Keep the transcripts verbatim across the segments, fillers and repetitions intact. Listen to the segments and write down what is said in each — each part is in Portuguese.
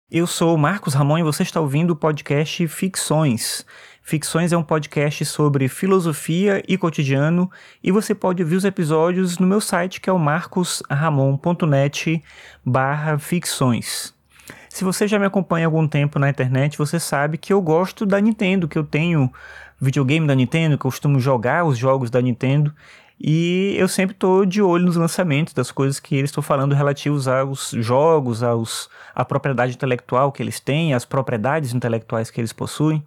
Eu sou o Marcos Ramon e você está ouvindo o podcast Ficções. Ficções é um podcast sobre filosofia e cotidiano e você pode ouvir os episódios no meu site que é o marcosramon ponto net barra ficções. Se você já me acompanha há algum tempo na internet, você sabe que eu gosto da Nintendo, que eu tenho videogame da Nintendo, que eu costumo jogar os jogos da Nintendo. E eu sempre estou de olho nos lançamentos, das coisas que eles estão falando relativos aos jogos, aos, à propriedade intelectual que eles têm, às propriedades intelectuais que eles possuem.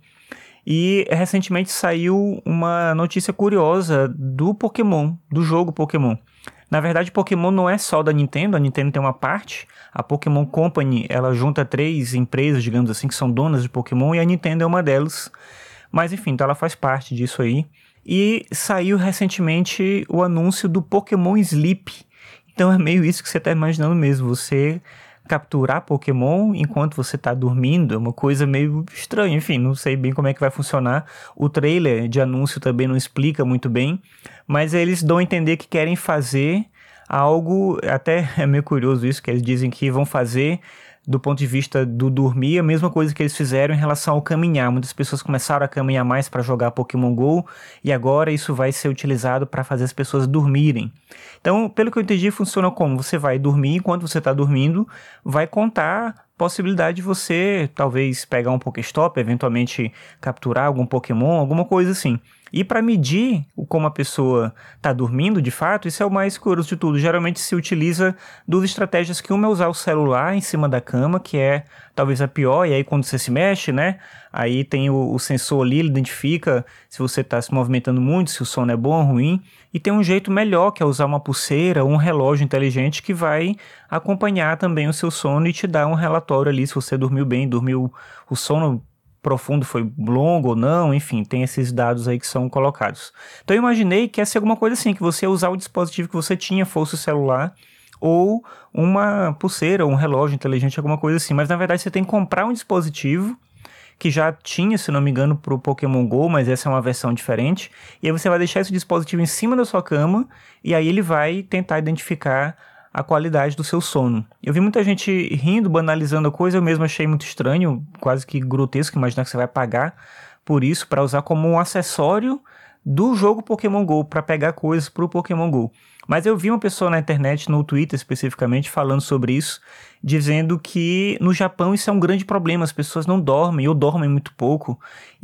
E recentemente saiu uma notícia curiosa do Pokémon, do jogo Pokémon. Na verdade, Pokémon não é só da Nintendo, a Nintendo tem uma parte, a Pokémon Company, ela junta três empresas, digamos assim, que são donas de Pokémon, e a Nintendo é uma delas. Mas enfim, então ela faz parte disso aí. E saiu recentemente o anúncio do Pokémon Sleep. Então é meio isso que você está imaginando mesmo. Você capturar Pokémon enquanto você está dormindo é uma coisa meio estranha. Enfim, não sei bem como é que vai funcionar. O trailer de anúncio também não explica muito bem. Mas eles dão a entender que querem fazer algo... Até é meio curioso isso, que eles dizem que vão fazer... do ponto de vista do dormir, a mesma coisa que eles fizeram em relação ao caminhar. Muitas pessoas começaram a caminhar mais para jogar Pokémon GO e agora isso vai ser utilizado para fazer as pessoas dormirem. Então, pelo que eu entendi, funciona como? Você vai dormir, enquanto você está dormindo, vai contar possibilidade de você talvez pegar um Pokéstop, eventualmente capturar algum Pokémon, alguma coisa assim. E para medir como a pessoa está dormindo, de fato, isso é o mais curioso de tudo. Geralmente se utiliza duas estratégias, que uma é usar o celular em cima da cama, que é talvez a pior, e aí quando você se mexe, né, aí tem o, o sensor ali, ele identifica se você está se movimentando muito, se o sono é bom ou ruim. E tem um jeito melhor, que é usar uma pulseira ou um relógio inteligente que vai acompanhar também o seu sono e te dar um relatório ali se você dormiu bem, dormiu o sono profundo foi longo ou não, enfim, tem esses dados aí que são colocados. Então eu imaginei que ia ser alguma coisa assim, que você ia usar o dispositivo que você tinha, fosse o celular, ou uma pulseira, ou um relógio inteligente, alguma coisa assim, mas na verdade você tem que comprar um dispositivo, que já tinha, se não me engano, para o Pokémon GO, mas essa é uma versão diferente, e aí você vai deixar esse dispositivo em cima da sua cama, e aí ele vai tentar identificar a qualidade do seu sono. Eu vi muita gente rindo, banalizando a coisa, eu mesmo achei muito estranho, quase que grotesco, imaginar que você vai pagar por isso, para usar como um acessório do jogo Pokémon GO, para pegar coisas para o Pokémon GO. Mas eu vi uma pessoa na internet, no Twitter especificamente, falando sobre isso, dizendo que no Japão isso é um grande problema, as pessoas não dormem ou dormem muito pouco,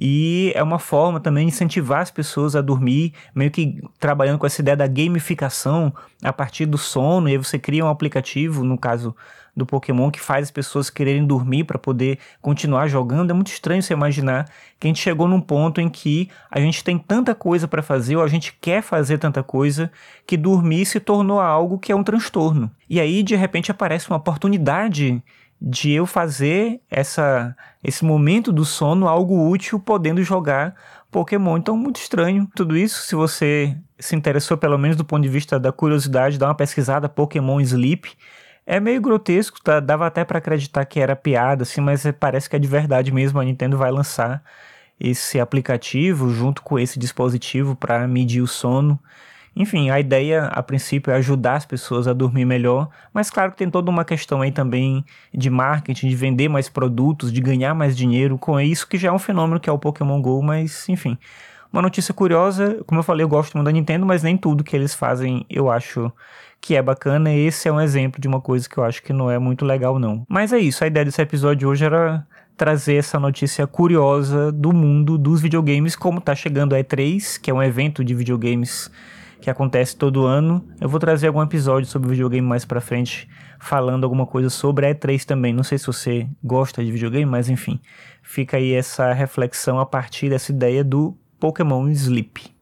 e é uma forma também de incentivar as pessoas a dormir, meio que trabalhando com essa ideia da gamificação a partir do sono, e aí você cria um aplicativo, no caso do Pokémon, que faz as pessoas quererem dormir para poder continuar jogando. É muito estranho você imaginar que a gente chegou num ponto em que a gente tem tanta coisa para fazer, ou a gente quer fazer tanta coisa, que dormir se tornou algo que é um transtorno. E aí, de repente, aparece uma oportunidade de eu fazer essa, esse momento do sono algo útil, podendo jogar Pokémon. Então, muito estranho tudo isso. Se você se interessou, pelo menos do ponto de vista da curiosidade, dá uma pesquisada, Pokémon Sleep. É meio grotesco, tá? Dava até para acreditar que era piada, assim, mas parece que é de verdade mesmo. A Nintendo vai lançar esse aplicativo junto com esse dispositivo para medir o sono. Enfim, a ideia a princípio é ajudar as pessoas a dormir melhor, mas claro que tem toda uma questão aí também de marketing, de vender mais produtos, de ganhar mais dinheiro com isso, que já é um fenômeno que é o Pokémon GO, mas enfim. Uma notícia curiosa, como eu falei, eu gosto muito da Nintendo, mas nem tudo que eles fazem eu acho que é bacana. Esse é um exemplo de uma coisa que eu acho que não é muito legal, não. Mas é isso, a ideia desse episódio de hoje era trazer essa notícia curiosa do mundo dos videogames, como tá chegando a E três, que é um evento de videogames que acontece todo ano. Eu vou trazer algum episódio sobre videogame mais pra frente, falando alguma coisa sobre a E três também. Não sei se você gosta de videogame, mas enfim, fica aí essa reflexão a partir dessa ideia do Pokémon Sleep.